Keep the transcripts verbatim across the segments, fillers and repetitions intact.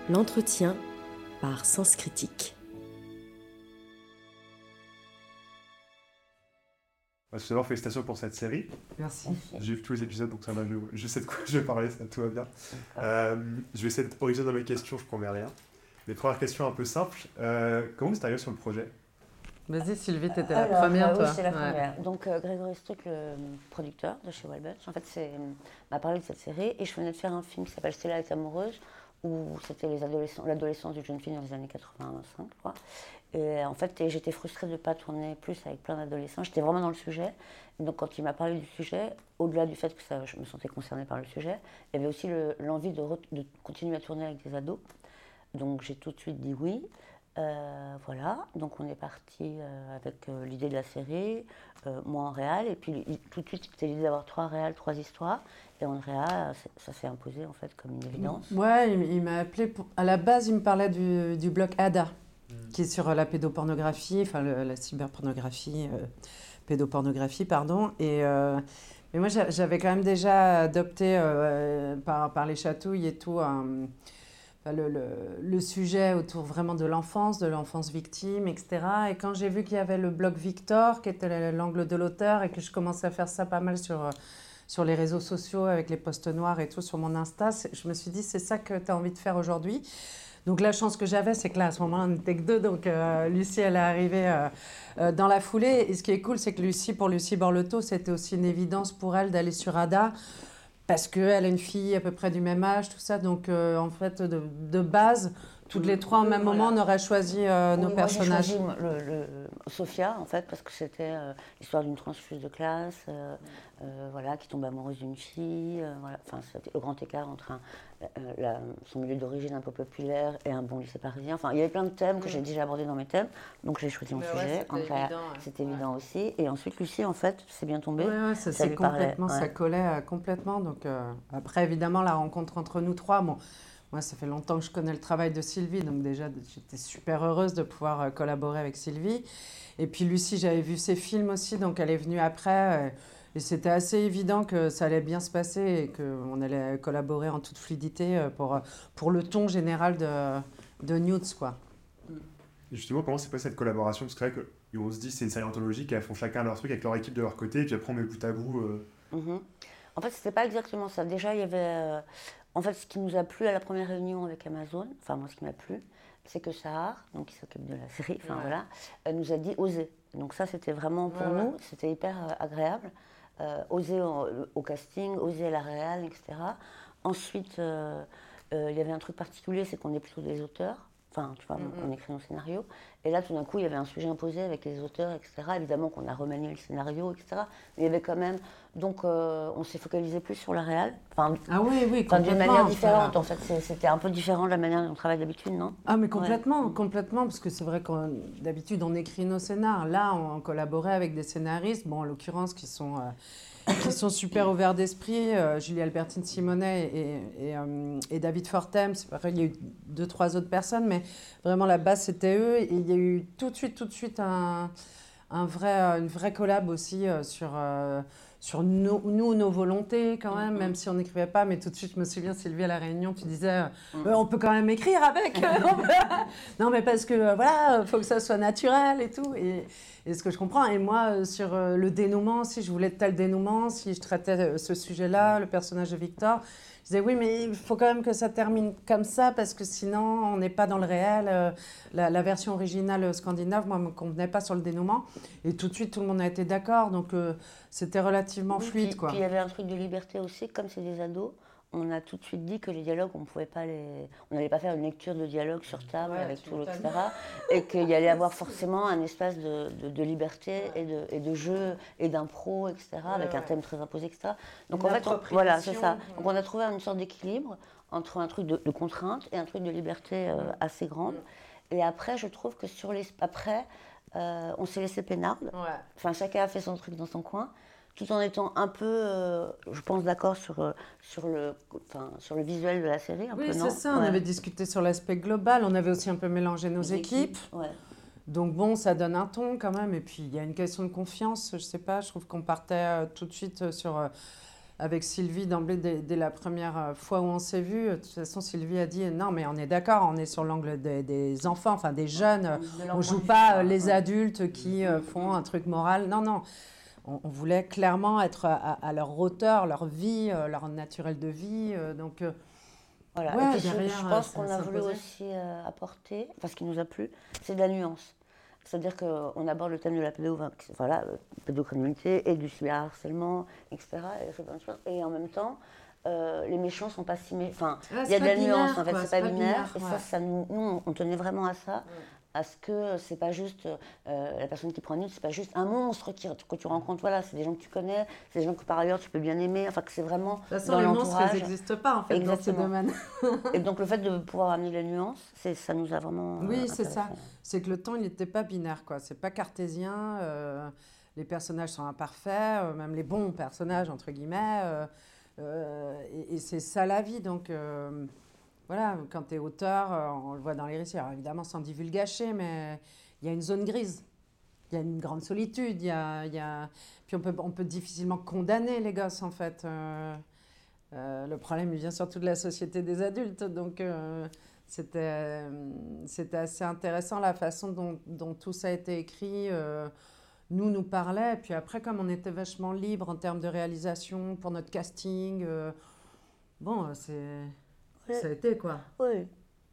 L'entretien par Sens Critique. Tout d'abord, félicitations pour cette série. Merci. J'ai vu tous les épisodes, donc ça va, je, je sais de quoi je vais parler, ça tout va bien. Euh, je vais essayer d'être original dans mes questions, je promets rien. Les premières questions un peu simples. Euh, comment vous êtes arrivé sur le projet ? Vas-y Sylvie, t'étais la Alors, première euh, toi. Oui, c'est la Ouais. première. Donc euh, Grégory Struck, le producteur de chez Welbutch, en fait, c'est, m'a parlé de cette série et je venais de faire un film qui s'appelle Stella est amoureuse, où c'était les adolescents, l'adolescence d'une jeune fille dans les années quatre-vingt-cinq, je crois. Et en fait, et j'étais frustrée de ne pas tourner plus avec plein d'adolescents. J'étais vraiment dans le sujet. Et donc, quand il m'a parlé du sujet, au-delà du fait que ça, je me sentais concernée par le sujet, il y avait aussi le, l'envie de, re, de continuer à tourner avec des ados. Donc, j'ai tout de suite dit oui. Euh, voilà, donc on est parti euh, avec euh, l'idée de la série, euh, moi en réal, et puis il, tout de suite c'était l'idée d'avoir trois réals, trois histoires, et en réal, ça s'est imposé en fait comme une évidence. Ouais, il, il m'a appelé, pour... à la base il me parlait du, du blog A D A, mmh. qui est sur la pédopornographie, enfin le, la cyberpornographie, euh, pédopornographie, pardon, et... Euh, mais moi j'avais quand même déjà adopté euh, par, par les chatouilles et tout un... Le, le, le sujet autour vraiment de l'enfance, de l'enfance victime, et cetera. Et quand j'ai vu qu'il y avait le blog Victor, qui était l'angle de l'auteur, et que je commençais à faire ça pas mal sur, sur les réseaux sociaux, avec les posts noirs et tout, sur mon Insta, je me suis dit, c'est ça que tu as envie de faire aujourd'hui. Donc la chance que j'avais, c'est que là, à ce moment-là, on n'était que deux, donc euh, Lucie, elle est arrivée euh, euh, dans la foulée. Et ce qui est cool, c'est que Lucie, pour Lucie Borleto, c'était aussi une évidence pour elle d'aller sur A D A, parce qu'elle a une fille à peu près du même âge, tout ça. Donc, euh, en fait, de, de base, toutes les trois, au même voilà. moment, on aurait choisi euh, nos oui, personnages. Moi, j'ai choisi le, le, Sophia, en fait, parce que c'était euh, l'histoire d'une transfuse de classe, euh, euh, voilà, qui tombe amoureuse d'une fille. Euh, voilà. Enfin, c'était le grand écart entre un, euh, la, son milieu d'origine un peu populaire et un bon lycée parisien. Enfin, il y avait plein de thèmes que mmh. j'ai déjà abordés dans mes thèmes. Donc, j'ai choisi mon Mais sujet. Ouais, c'était évident, euh, ouais. c'était évident ouais. aussi. Et ensuite, Lucie, en fait, c'est bien tombé. Ouais, ouais, ça, ça c'est complètement, parlait, ça ouais. collait euh, complètement. Donc, euh, après, évidemment, la rencontre entre nous trois, bon, moi, ça fait longtemps que je connais le travail de Sylvie, donc déjà, j'étais super heureuse de pouvoir euh, collaborer avec Sylvie. Et puis Lucie, j'avais vu ses films aussi, donc elle est venue après. Euh, et c'était assez évident que ça allait bien se passer et qu'on allait collaborer en toute fluidité euh, pour, pour le ton général de, de Nudes, quoi. Et justement, comment s'est passée cette collaboration ? Parce que c'est vrai qu'on se dit c'est une série anthologique, elles font chacun leur truc avec leur équipe de leur côté, et puis après on met bout à bout. Euh... Mm-hmm. En fait, c'était pas exactement ça. Déjà, il y avait... Euh... En fait, ce qui nous a plu à la première réunion avec Amazon, enfin moi ce qui m'a plu, c'est que Sahar, donc qui s'occupe de la série, enfin ouais. voilà, elle nous a dit oser. Donc ça, c'était vraiment pour ouais, nous, ouais. c'était hyper euh, agréable. Euh, oser au, au casting, oser à la réal, et cetera. Ensuite, euh, euh, il y avait un truc particulier, c'est qu'on est plutôt des auteurs. Enfin, tu vois, mm-hmm. on écrit nos scénarios. Et là, tout d'un coup, il y avait un sujet imposé avec les auteurs, et cetera. Évidemment qu'on a remanié le scénario, et cetera. Mais il y avait quand même... Donc, euh, on s'est focalisé plus sur la réal. Enfin, ah oui, oui, enfin, d'une manière différente, en fait. C'était un peu différent de la manière dont on travaille d'habitude, non ? Ah, mais complètement, ouais. complètement. Parce que c'est vrai que d'habitude, on écrit nos scénars. Là, on collaborait avec des scénaristes, bon, en l'occurrence, qui sont... Euh, qui sont super ouverts d'esprit, euh, Julie Albertine Simonet et, et, euh, et David Fortem, c'est pareil, il y a eu deux, trois autres personnes, mais vraiment la base c'était eux, et il y a eu tout de suite, tout de suite un, un vrai, une vraie collab aussi euh, sur, euh, sur nos, nous, nos volontés quand même, mm-hmm. même si on n'écrivait pas, mais tout de suite, je me souviens, Sylvie, à la réunion, tu disais, mm-hmm. euh, on peut quand même écrire avec, non mais parce que, euh, voilà, il faut que ça soit naturel et tout, et, et ce que je comprends, et moi, euh, sur euh, le dénouement, si je voulais tel dénouement, si je traitais euh, ce sujet-là, le personnage de Victor, je disais oui, mais il faut quand même que ça termine comme ça, parce que sinon, on n'est pas dans le réel. Euh, la, la version originale scandinave, moi, ne me convenait pas sur le dénouement, et tout de suite, tout le monde a été d'accord, donc euh, c'était relativement oui, fluide, puis, quoi. Puis il y avait un truc de liberté aussi, comme c'est des ados, on a tout de suite dit que les dialogues, on pouvait pas les... on n'allait pas faire une lecture de dialogue sur table ouais, avec tout, et cetera. Et qu'il y allait avoir forcément un espace de, de, de liberté ouais. et, de, et de jeu et d'impro, et cetera, ouais, avec ouais. un thème très imposé, et cetera. Donc une en fait, on, voilà, c'est ça. Ouais. Donc on a trouvé une sorte d'équilibre entre un truc de, de contrainte et un truc de liberté euh, assez grande. Ouais. Et après, je trouve que sur les... Après, euh, on s'est laissé peinarde. Ouais. Enfin, chacun a fait son truc dans son coin. Tout en étant un peu, euh, je pense, d'accord sur, euh, sur, le, enfin, sur le visuel de la série. Un oui, peu, c'est non ça. ouais. On avait discuté sur l'aspect global. On avait aussi un peu mélangé nos Les équipes. équipes ouais. Donc bon, ça donne un ton quand même. Et puis, il y a une question de confiance. Je sais pas, je trouve qu'on partait euh, tout de suite sur... Euh, avec Sylvie d'emblée, dès, dès la première fois où on s'est vu. De toute façon, Sylvie a dit non, mais on est d'accord, on est sur l'angle des, des enfants, enfin des jeunes. On ne joue pas les ouais. adultes qui euh, font un truc moral. Non, non. On, on voulait clairement être à, à leur hauteur, leur vie, euh, leur naturel de vie. Euh, donc, euh, voilà. ouais, et puis, derrière, je pense ça, qu'on ça a voulu posait. aussi euh, apporter, enfin ce qui nous a plu, c'est de la nuance. C'est-à-dire qu'on aborde le thème de la pédo, voilà, pédocriminalité et du cyberharcèlement, et cetera. Et, et en même temps, euh, les méchants sont pas si méchants. Enfin, il ouais, y a de la binaire, nuance, en fait, quoi, c'est c'est pas, pas binaire. binaire Et ouais. ça, ça nous, nous, on tenait vraiment à ça. Ouais. À ce que c'est pas juste euh, la personne qui prend une nude, c'est pas juste un monstre qui, que tu rencontres, voilà, c'est des gens que tu connais, c'est des gens que par ailleurs tu peux bien aimer, enfin que c'est vraiment. De toute façon, dans les l'entourage. monstres, ils n'existent pas en fait Exactement. dans ce domaine. Et donc le fait de pouvoir amener les nuances, c'est, ça nous a vraiment. Oui, euh, c'est ça. C'est que le temps, il n'était pas binaire, quoi. C'est pas cartésien. Euh, les personnages sont imparfaits, euh, même les bons personnages entre guillemets. Euh, euh, et, et c'est ça la vie, donc. Euh, Voilà, quand tu es auteur, on le voit dans les récits, alors évidemment sans divulgacher, mais il y a une zone grise, il y a une grande solitude, il y a, il y a... puis on peut, on peut difficilement condamner les gosses en fait. Euh, euh, le problème il vient surtout de la société des adultes, donc euh, c'était, euh, c'était assez intéressant la façon dont, dont tout ça a été écrit. Euh, nous, nous parlait, et puis après comme on était vachement libre en termes de réalisation pour notre casting, euh, bon, c'est... Ça a été quoi. Oui.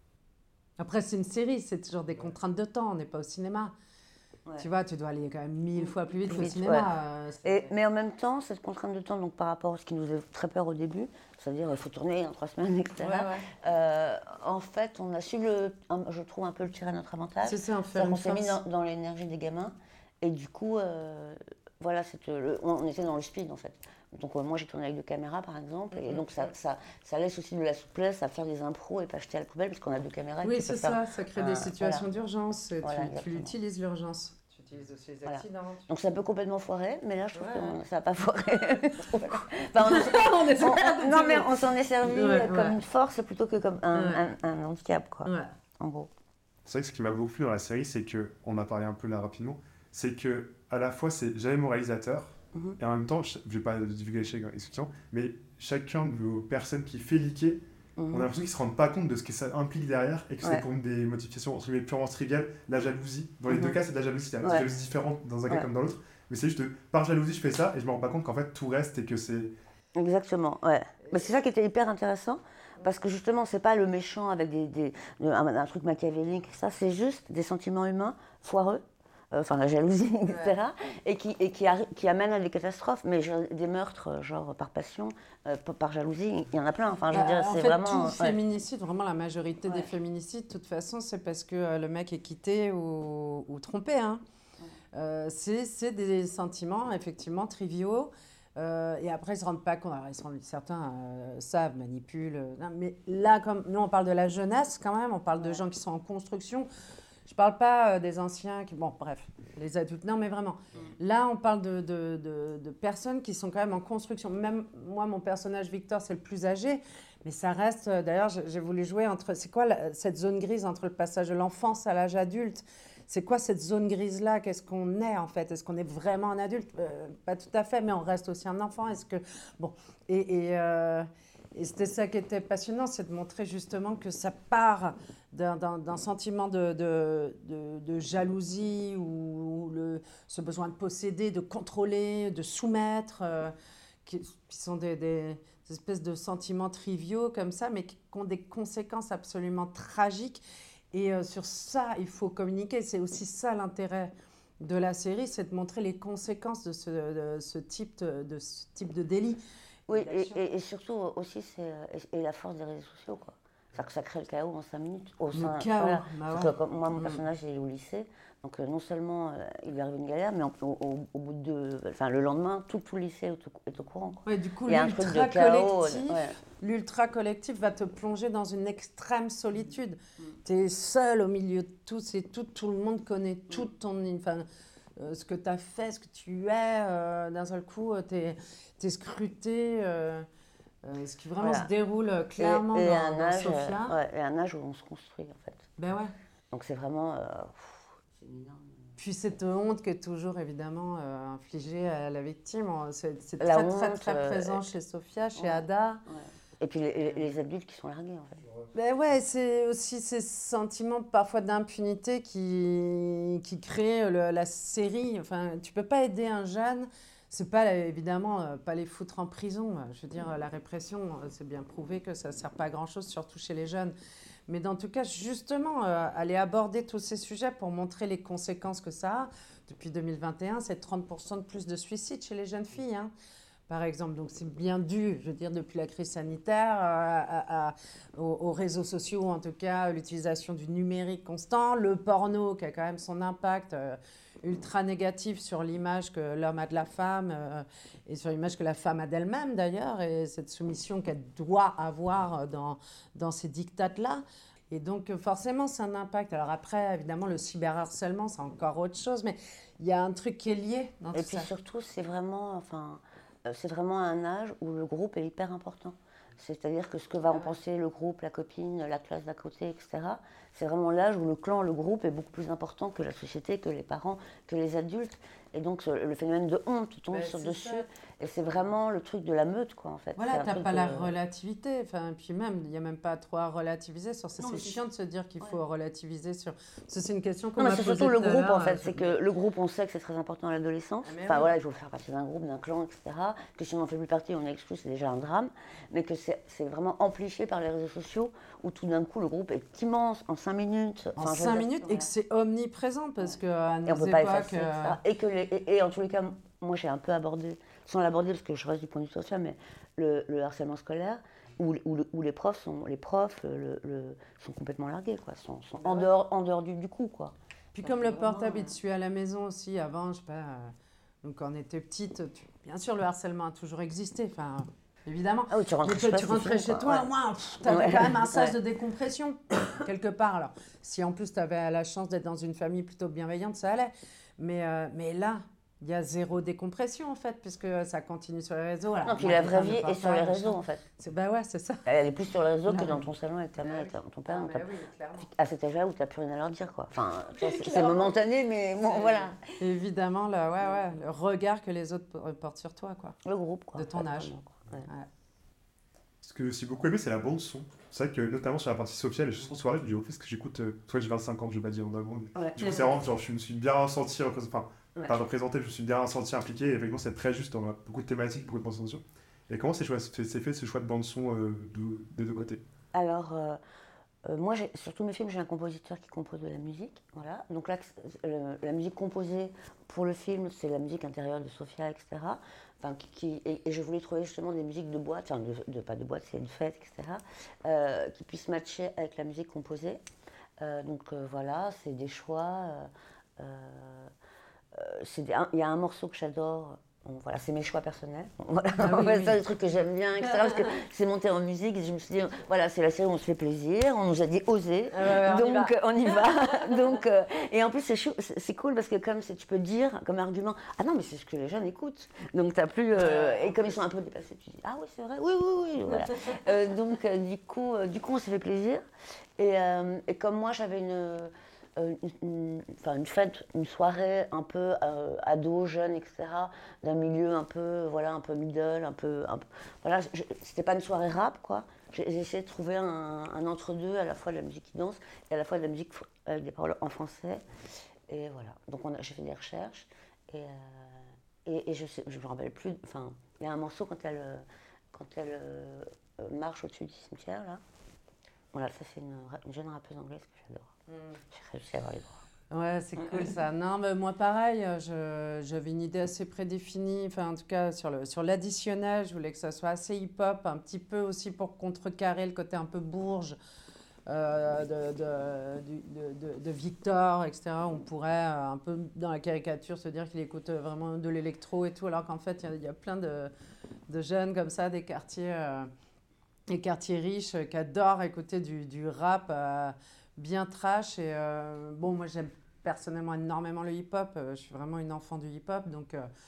Après, c'est une série, c'est toujours des contraintes de temps, on n'est pas au cinéma. Ouais. Tu vois, tu dois aller quand même mille fois plus vite qu'au cinéma. Ouais. Euh, Et, mais en même temps, cette contrainte de temps, donc par rapport à ce qui nous faisait très peur au début, c'est-à-dire il faut tourner en trois semaines, et cetera. Ouais, ouais. Euh, en fait, on a su, le, un, je trouve, un peu le tirer à notre avantage. C'est ça, en fait. On s'est mis dans, dans l'énergie des gamins. Et du coup, euh, voilà, le, on était dans le speed en fait. Donc euh, moi j'ai tourné avec deux caméras par exemple, et donc ça, ça, ça laisse aussi de la souplesse à faire des impros et pas jeter à la poubelle parce qu'on a deux caméras. Oui, c'est ça, faire, ça crée euh, des situations voilà. d'urgence, et voilà, tu, tu utilises l'urgence. Tu utilises aussi les voilà. accidents. Tu... Donc ça peut complètement foirer, mais là je trouve ouais. que ça n'a pas foiré. enfin, on on est, on, non mais on s'en est servi ouais, comme ouais. une force plutôt que comme un, ouais. un, un handicap quoi, ouais. en gros. C'est vrai que ce qui m'a beaucoup plu dans la série, c'est qu'on a parlé un peu là rapidement, c'est que à la fois c'est j'avais mon réalisateur, Mm-hmm. et en même temps, je ne vais pas divulguer chaque discussion, mais chacun de vos personnes qui fait liquer, mm-hmm. on a l'impression qu'ils ne se rendent pas compte de ce que ça implique derrière et que ouais. c'est pour une des motivations entre guillemets purement triviales, la jalousie. Dans les mm-hmm. deux cas, c'est de la jalousie, c'est ouais. une jalousie différente dans un cas ouais. comme dans l'autre, mais c'est juste par jalousie, je fais ça et je ne me rends pas compte qu'en fait tout reste et que c'est. Exactement, ouais. Mais c'est ça qui était hyper intéressant. Parce que justement, c'est pas le méchant avec des, des, un, un truc machiavélique, ça, c'est juste des sentiments humains foireux. Enfin la jalousie, et cetera. Ouais. Et, qui, et qui, arri- qui amène à des catastrophes, mais genre, des meurtres, genre par passion, euh, par jalousie, il y en a plein. Enfin, je veux bah, dire, en c'est fait, vraiment. Tout ouais. féminicide, vraiment la majorité ouais. des féminicides, de toute façon, c'est parce que euh, le mec est quitté ou, ou trompé. Hein. Ouais. Euh, c'est, c'est des sentiments effectivement triviaux. Euh, et après, ils ne se rendent pas compte. Alors, ils se rendent, certains euh, savent, manipulent. Euh, non, mais là, comme nous, on parle de la jeunesse quand même, on parle ouais. de gens qui sont en construction. Je ne parle pas euh, des anciens, qui, bon, bref, les adultes, non, mais vraiment. Mm. Là, on parle de, de, de, de personnes qui sont quand même en construction. Même moi, mon personnage Victor, c'est le plus âgé, mais ça reste, euh, d'ailleurs, j'ai, j'ai voulu jouer entre, c'est quoi la, cette zone grise entre le passage de l'enfance à l'âge adulte? C'est quoi cette zone grise-là? Qu'est-ce qu'on est, en fait? Est-ce qu'on est vraiment un adulte? euh, Pas tout à fait, mais on reste aussi un enfant. Est-ce que... Bon, et... et euh, Et c'était ça qui était passionnant, c'est de montrer justement que ça part d'un, d'un, d'un sentiment de, de, de, de jalousie ou le, ce besoin de posséder, de contrôler, de soumettre, euh, qui, qui sont des, des, des espèces de sentiments triviaux comme ça, mais qui ont des conséquences absolument tragiques. Et euh, sur ça, il faut communiquer. C'est aussi ça l'intérêt de la série, c'est de montrer les conséquences de ce, de ce, type, de, de ce type de délit. Oui, et, et, et surtout aussi, c'est et, et la force des réseaux sociaux, quoi. C'est-à-dire que ça crée le chaos en cinq minutes. Au sein, le chaos, voilà. bah ouais. que, moi, mon mmh. personnage, il est au lycée, donc euh, non seulement euh, il lui arrive une galère, mais au, au, au bout de... Enfin, le lendemain, tout, tout le lycée est au, est au courant. Ouais, du coup, il y a l'ultra, un truc de chaos, collectif, ouais. l'ultra collectif va te plonger dans une extrême solitude. Mmh. Tu es seul au milieu de tous et tout, tout le monde connaît mmh. tout ton... Enfin, euh, ce que tu as fait, ce que tu es, euh, d'un seul coup, tu es scruté... Euh, Euh, ce qui vraiment voilà. se déroule clairement et, et dans, dans âge, Sophia. Euh, ouais, et un âge où on se construit, en fait. Ben ouais. Donc c'est vraiment... Euh, pff, c'est énorme. puis cette honte qui est toujours évidemment euh, infligée à la victime, c'est, c'est La très, honte, très très euh, présent chez Sophia, chez ouais. Ada. Ouais. Et puis les, les adultes qui sont largués en fait. Ben ouais, c'est aussi ces sentiments parfois d'impunité qui, qui créent le- la série. Enfin, tu peux pas aider un jeune, c'est pas évidemment euh, pas les foutre en prison. Je veux dire, la répression, euh, c'est bien prouvé que ça sert pas à grand chose, surtout chez les jeunes. Mais dans tout cas, justement, euh, aller aborder tous ces sujets pour montrer les conséquences que ça a. Depuis deux mille vingt et un, c'est trente pour cent de plus de suicides chez les jeunes filles, hein, par exemple. Donc c'est bien dû, je veux dire, depuis la crise sanitaire, euh, à- à- aux, aux réseaux sociaux, en tout cas, l'utilisation du numérique constant, le porno qui a quand même son impact euh, ultra négatif sur l'image que l'homme a de la femme euh, et sur l'image que la femme a d'elle-même d'ailleurs, et cette soumission qu'elle doit avoir dans, dans ces dictates-là. Et donc, forcément, c'est un impact. Alors après, évidemment, le cyberharcèlement, c'est encore autre chose, mais il y a un truc qui est lié dans Et tout puis ça. surtout, c'est vraiment, enfin, euh, c'est vraiment un âge où le groupe est hyper important. C'est-à-dire que ce que va en penser le groupe, la copine, la classe d'à côté, et cetera, c'est vraiment l'âge où le clan, le groupe est beaucoup plus important que la société, que les parents, que les adultes. Et donc, ce- le phénomène de honte tombe Ben, sur c'est dessus. ça. Et c'est vraiment le truc de la meute, quoi, en fait. Voilà, C'est un t'as truc pas de- la relativité. Enfin, puis même, il n'y a même pas trop à relativiser sur ça. Non, C'est mais c'est- chiant de se dire qu'il faut Ouais. relativiser sur... Ça, c'est une question qu'on Non, mais m'a c'est posée surtout le tout à groupe, l'heure, en fait. euh, C'est que le groupe, on sait que c'est très important à l'adolescence. Ah, mais Enfin, oui. voilà, il faut faire partie d'un groupe, d'un clan, et cetera. Que si on n'en fait plus partie, on est exclu, c'est déjà un drame. Mais que c'est c'est vraiment amplifié par les réseaux sociaux, où tout d'un coup, le groupe est immense, en cinq minutes. En Enfin, je veux cinq dire, minutes, et voilà. que c'est omniprésent, parce qu'à Et on nos peut pas époques... effacer, euh, et cetera. Et, que les, et, et en tous les cas, moi j'ai un peu abordé, sans l'aborder parce que je reste du point de vue social, mais le, le harcèlement scolaire, où, où, le- où les profs, sont, les profs le, le- sont complètement largués, quoi, sont, sont en, dehors, en dehors du, du coup. Quoi. Puis Ça, comme c'est le portable, vraiment, il te suit à la maison aussi, avant, je sais pas... euh, donc quand on était petite, tu- bien sûr, le harcèlement a toujours existé, enfin... Évidemment. Ah oui, tu rentrais Mais chez toi, tu c'est rentrais fini, chez quoi. toi, Ouais. moi, tu avais Ouais. quand même un sas Ouais. de décompression, quelque part. Alors, si en plus tu avais la chance d'être dans une famille plutôt bienveillante, ça allait. Mais, euh, mais là, il y a zéro décompression, en fait, puisque ça continue sur les réseaux. Alors, Non, puis moi, la j'ai vraie pas de vie est sur les portable, réseaux, machin. en fait. C'est, bah ouais, c'est ça. Elle est plus sur les réseaux Là, que dans oui. ton salon avec ta mère et ta- ton père. Ah, t'as- bah oui, clairement. À cet âge-là où tu n'as plus rien à leur dire, quoi. Enfin, tu vois, c'est c'est momentané, mais bon, voilà. Évidemment, là, ouais, ouais, le regard que les autres portent sur toi, quoi. Le groupe, quoi. De ton âge. Vraiment, quoi. Ouais. Ouais. Ce que j'ai beaucoup aimé, c'est la bande-son. C'est vrai que, notamment sur la partie Sophia, les chansons de soirée, je me dis, au fait, ce que j'écoute, euh, toi j'ai vingt-cinq ans, je vais pas dire en avant. mais Ouais. Du coup, c'est vraiment, genre, je me suis bien ressenti, représ- enfin, Ouais. pas représenté, je me suis bien ressenti impliqué, et effectivement, c'est très juste, on a beaucoup de thématiques, beaucoup de concentration. Et comment c'est, choix- c'est c'est fait ce choix de bande-son euh, de- des deux côtés? Alors, euh, euh, moi, j'ai- sur tous mes films, j'ai un compositeur qui compose de la musique. Voilà. Donc là, le- la musique composée pour le film, c'est la musique intérieure de Sophia, et cetera. Enfin, qui, qui- et, et je voulais trouver justement des musiques de boîte, enfin, de, de- pas de boîte, c'est une fête, et cetera, euh, qui puissent matcher avec la musique composée. Euh, donc euh, voilà, c'est des choix. euh, euh, euh, c'est des- un- Il y a un morceau que j'adore. Bon, voilà, c'est mes choix personnels. Voilà, Ah oui, Ouais, oui. ça, des trucs que j'aime bien, et cetera. Parce que c'est monté en musique, et je me suis dit, voilà, c'est la série où on se fait plaisir, on nous a dit oser, Ah ouais, ouais, on y donc euh, on y va. donc, euh, et en plus, c'est chou- c'est c'est cool parce que comme c'est- tu peux dire comme argument, ah non, mais c'est ce que les jeunes écoutent. Donc, t'as plus. euh, et comme ils sont un peu dépassés, tu dis, ah oui, c'est vrai, oui, oui, oui. Voilà. Euh, donc, euh, du, coup, euh, du coup, on s'est fait plaisir. Et, euh, et comme moi, j'avais une. Euh, une, une- enfin, une fête, une soirée un peu euh, ado, jeune, et cetera, d'un milieu un peu, voilà, un peu middle, un peu, un peu voilà, je- c'était pas une soirée rap, quoi. J'ai j'ai essayé de trouver un, un entre-deux, à la fois de la musique qui danse et à la fois de la musique fr- avec des paroles en français. Et voilà, donc on a- j'ai fait des recherches et, euh, et, et je sais, je me rappelle plus, enfin, il y a un morceau quand elle, euh, quand elle euh, euh, marche au-dessus du cimetière, là. Voilà, ça c'est une, ra- une jeune rappeuse anglaise que j'adore. J'ai réussi à avoir les droits. Ouais, c'est cool ça. Non, mais moi pareil, je- j'avais une idée assez prédéfinie, enfin en tout cas sur le sur l'additionnel, je voulais que ça soit assez hip-hop, un petit peu aussi pour contrecarrer le côté un peu bourge euh, de, de, du- de, de- de Victor, et cetera. On pourrait euh, un peu dans la caricature se dire qu'il écoute vraiment de l'électro et tout, alors qu'en fait il y a- il y, a plein de, de jeunes comme ça, des quartiers, euh, des quartiers riches euh, qui adorent écouter du, du rap euh, bien trash. Et euh, bon, moi j'aime personnellement énormément le hip-hop. Euh, je suis vraiment une enfant du hip-hop, donc, euh,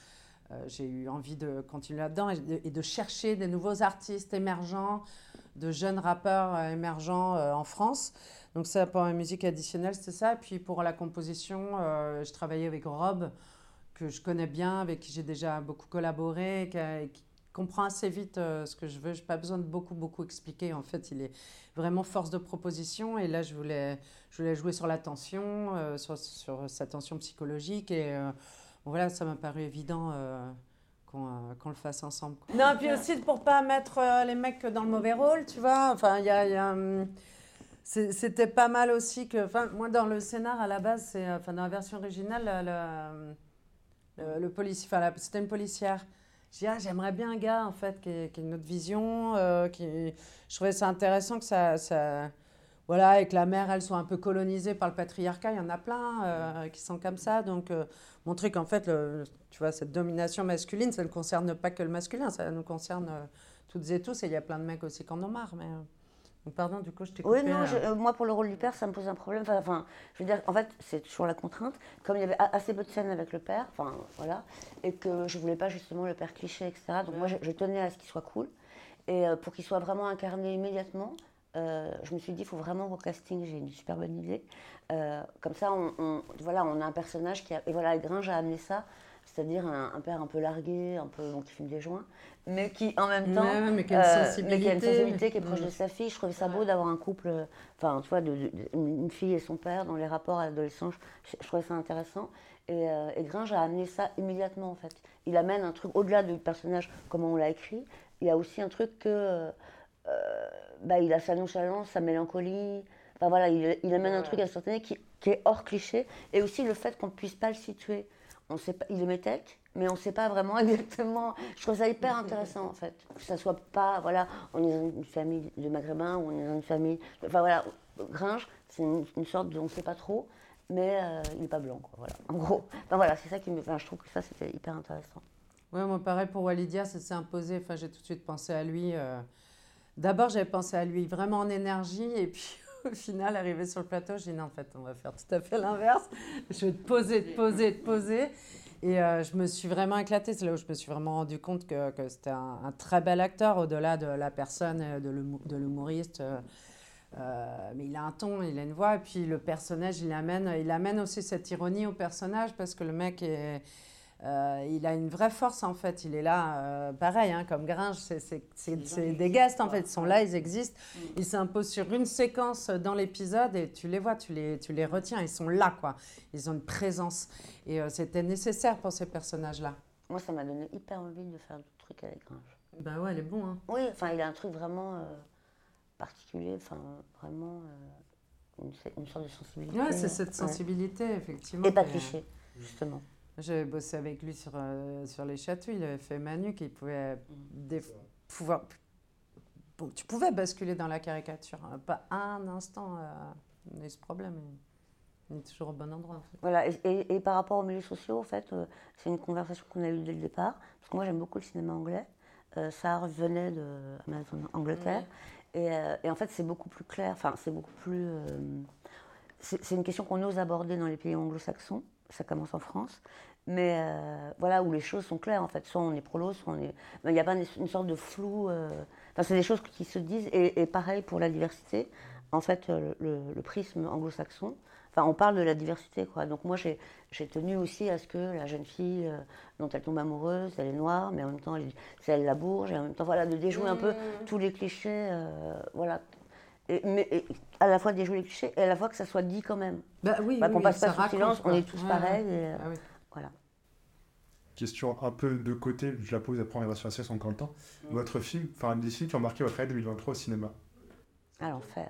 euh, j'ai eu envie de continuer là-dedans et de, et de chercher des nouveaux artistes émergents, de jeunes rappeurs euh, émergents euh, en France. Donc ça, pour la musique additionnelle, c'était ça. Et puis pour la composition, euh, je travaillais avec Rob, que je connais bien, avec qui j'ai déjà beaucoup collaboré, qui, a, qui comprend assez vite euh, ce que je veux. Je n'ai pas besoin de beaucoup, beaucoup expliquer. En fait, il est vraiment force de proposition. Et là, je voulais, je voulais jouer sur la tension, euh, sur, sur sa tension psychologique. Et euh, bon, voilà, ça m'a paru évident euh, qu'on, euh, qu'on le fasse ensemble, quoi. Non, et puis aussi pour ne pas mettre euh, les mecs dans le mauvais rôle, tu vois. Enfin, il y a... Y a hum, c'était pas mal aussi que... Enfin, moi, dans le scénar, à la base, c'est, enfin, dans la version originale, le, le, le policier, enfin, la, c'était une policière. Je dis, ah, j'aimerais bien un gars, en fait, qui ait, qui ait une autre vision. Euh, qui... Je trouvais ça intéressant que ça, ça... Voilà, et que la mère, elle soit un peu colonisée par le patriarcat. Il y en a plein euh, qui sont comme ça. Donc, euh, montrer qu'en fait, le, tu vois, cette domination masculine, ça ne concerne pas que le masculin. Ça nous concerne euh, toutes et tous. Et il y a plein de mecs aussi qui en ont marre, mais... Euh... Donc, pardon, du coup, je t'ai coupé. Oui, non, je, euh, moi, pour le rôle du père, ça me pose un problème. Enfin, enfin, je veux dire, en fait, c'est toujours la contrainte. Comme il y avait assez peu de scènes avec le père, enfin, voilà, et que je voulais pas justement le père cliché, et cetera. Donc, ouais. moi, je, je tenais à ce qu'il soit cool. Et euh, pour qu'il soit vraiment incarné immédiatement, euh, je me suis dit, il faut vraiment au casting, j'ai une super bonne idée. Euh, comme ça, on, on, voilà, on a un personnage qui a... Et voilà, Gringe a amené ça. C'est-à-dire un, un père un peu largué, un peu, bon, qui fume des joints, mais qui en même temps, ouais, mais qui a une euh, sensibilité, mais qui, a une sensibilité qui est proche mmh. de sa fille. Je trouvais ça beau d'avoir un couple, enfin, tu vois, de, de, de, une fille et son père dans les rapports à l'adolescence. Je, je trouvais ça intéressant. Et, euh, et Gringe a amené ça immédiatement, en fait. Il amène un truc, au-delà du personnage, comment on l'a écrit, il y a aussi un truc que, euh, bah, il a sa nonchalance, sa mélancolie. Enfin voilà, il, il amène ouais. un truc à certaines qui, qui est hors cliché. Et aussi le fait qu'on ne puisse pas le situer. On sait pas, il est métèque, mais on ne sait pas vraiment exactement. Je trouve ça hyper intéressant en fait. Que ça soit pas, voilà, on est dans une famille de maghrébins ou on est dans une famille. Enfin voilà, Gringe, c'est une, une sorte de. On ne sait pas trop, mais euh, il n'est pas blanc, quoi, voilà. En gros. Enfin voilà, c'est ça qui me. Enfin, je trouve que ça c'était hyper intéressant. Oui, moi pareil pour Walidia, ça s'est imposé. Enfin, j'ai tout de suite pensé à lui. Euh... D'abord, j'avais pensé à lui vraiment en énergie et puis. Au final, arrivé sur le plateau, j'ai dit non, en fait, on va faire tout à fait l'inverse. Je vais te poser, te poser, te poser. Et euh, je me suis vraiment éclatée. C'est là où je me suis vraiment rendu compte que, que c'était un, un très bel acteur, au-delà de la personne, de l'humoriste. Euh, mais il a un ton, il a une voix. Et puis le personnage, il amène, il amène aussi cette ironie au personnage parce que le mec est... Euh, il a une vraie force en fait, il est là, euh, pareil, hein, comme Gringe, c'est, c'est, c'est, c'est des guests en fait, ils sont là, ils existent, mmh. ils s'imposent sur une séquence dans l'épisode et tu les vois, tu les, tu les retiens, ils sont là quoi, ils ont une présence et euh, c'était nécessaire pour ces personnages-là. Moi ça m'a donné hyper envie de faire d'autres trucs avec Gringe. Bah ouais, il est bon. Hein. Oui, enfin il a un truc vraiment euh, particulier, enfin vraiment euh, une, une sorte de sensibilité. Ouais, c'est cette sensibilité ouais. effectivement. Et pas cliché, euh... justement. J'avais bossé avec lui sur, euh, sur les chatouilles, il avait fait Manu qui pouvait des, pouvoir... Bon, tu pouvais basculer dans la caricature, hein. Pas un instant, euh, on a eu ce problème, il est toujours au bon endroit. En fait. Voilà, et, et, et par rapport aux milieux sociaux, en fait, euh, c'est une conversation qu'on a eue dès le départ, parce que moi j'aime beaucoup le cinéma anglais, euh, ça venait d'Angleterre, mmh. et, euh, et en fait c'est beaucoup plus clair, enfin c'est beaucoup plus... Euh, c'est, c'est une question qu'on ose aborder dans les pays anglo-saxons, ça commence en France, mais euh, voilà, où les choses sont claires en fait. Soit on est prolo, soit on est. Il n'y a pas une, une sorte de flou. Euh... Enfin, c'est des choses qui se disent. Et, et pareil pour la diversité. En fait, le, le, le prisme anglo-saxon. Enfin, on parle de la diversité, quoi. Donc moi, j'ai, j'ai tenu aussi à ce que la jeune fille euh, dont elle tombe amoureuse, elle est noire, mais en même temps, elle, c'est elle la bourge, et en même temps, voilà, de déjouer mmh. un peu tous les clichés, euh, voilà. Et, mais et, à la fois déjouer les clichés et à la fois que ça soit dit quand même. Bah oui, bah, oui, qu'on passe pas sous silence, on est tous ouais, pareils. Ouais. Et, ah oui. Voilà. Question un peu de côté, je la pose après on reviendra sur la série sans encore le temps. Mmh. Votre film, enfin des films qui ont marqué votre année deux mille vingt-trois au cinéma. À l'enfer.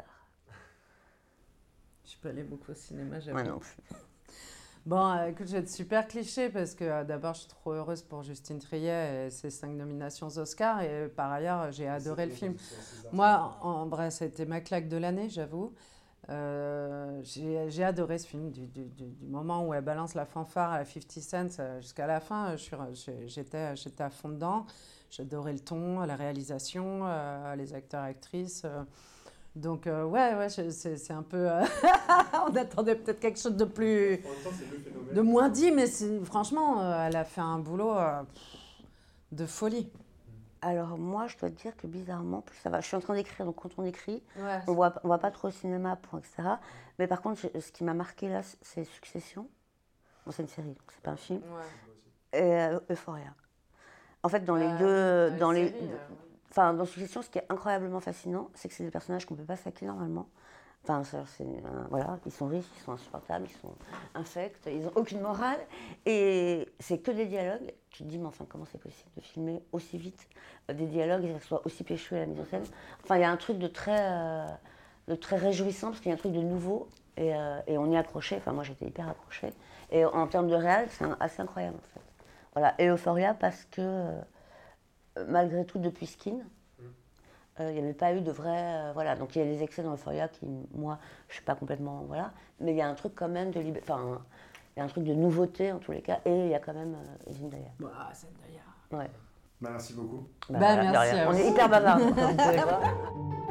Je suis pas allée beaucoup au cinéma, j'avoue. Moi non plus. Bon, euh, écoute, je vais être super cliché parce que euh, d'abord, je suis trop heureuse pour Justine Triet et ses cinq nominations aux Oscars. Et par ailleurs, j'ai adoré le film. Moi, en, en vrai, ça a été ma claque de l'année, j'avoue. Euh, j'ai, j'ai adoré ce film du, du, du, du moment où elle balance la fanfare à cinquante cents euh, jusqu'à la fin. Je suis, j'étais, j'étais à fond dedans. J'adorais le ton, la réalisation, euh, les acteurs, actrices. Euh, Donc, euh, ouais, ouais, je- c'est c'est un peu. euh, On attendait peut-être quelque chose de plus. En même temps, c'est le phénomène. de moins dit, mais c'est- franchement, euh, elle a fait un boulot euh, de folie. Alors moi, je dois te dire que bizarrement, plus ça va. Je suis en train d'écrire, donc quand on écrit, Ouais. on voit, on voit pas trop au cinéma, point, et cetera. Mais par contre, je- ce qui m'a marqué là, c'est Succession. Bon, c'est une série, donc c'est pas un film. Et euh, Euphoria. En fait, dans les deux, dans les, enfin, dans Succession, ce qui est incroyablement fascinant, c'est que c'est des personnages qu'on peut pas saquer normalement. Enfin, ça, c'est, euh, voilà, ils sont riches, ils sont insupportables, ils sont infects, ils n'ont aucune morale. Et c'est que des dialogues. Tu te dis, mais enfin, comment c'est possible de filmer aussi vite euh, des dialogues et que ça soit aussi péchu à la mise en scène. Enfin, il y a un truc de très, euh, de très réjouissant parce qu'il y a un truc de nouveau et, euh, et on y est accroché. Enfin, moi, j'étais hyper accrochée. Et en termes de réal, c'est un- assez incroyable, en fait. Voilà. Et Euphoria parce que, euh, malgré tout, depuis Skin, il n'y avait pas eu de vrai. Euh, voilà, donc il y a des excès dans Euphoria qui, moi, je ne suis pas complètement. Voilà, mais il y a un truc quand même de liberté. Enfin, il y a un truc de nouveauté en tous les cas, et il y a quand même euh, Zendaya. Bah, Zendaya. Ouais. Bah, merci beaucoup. Bah, voilà, de merci rien. à On vous. est hyper bavards, comme vous pouvez le voir.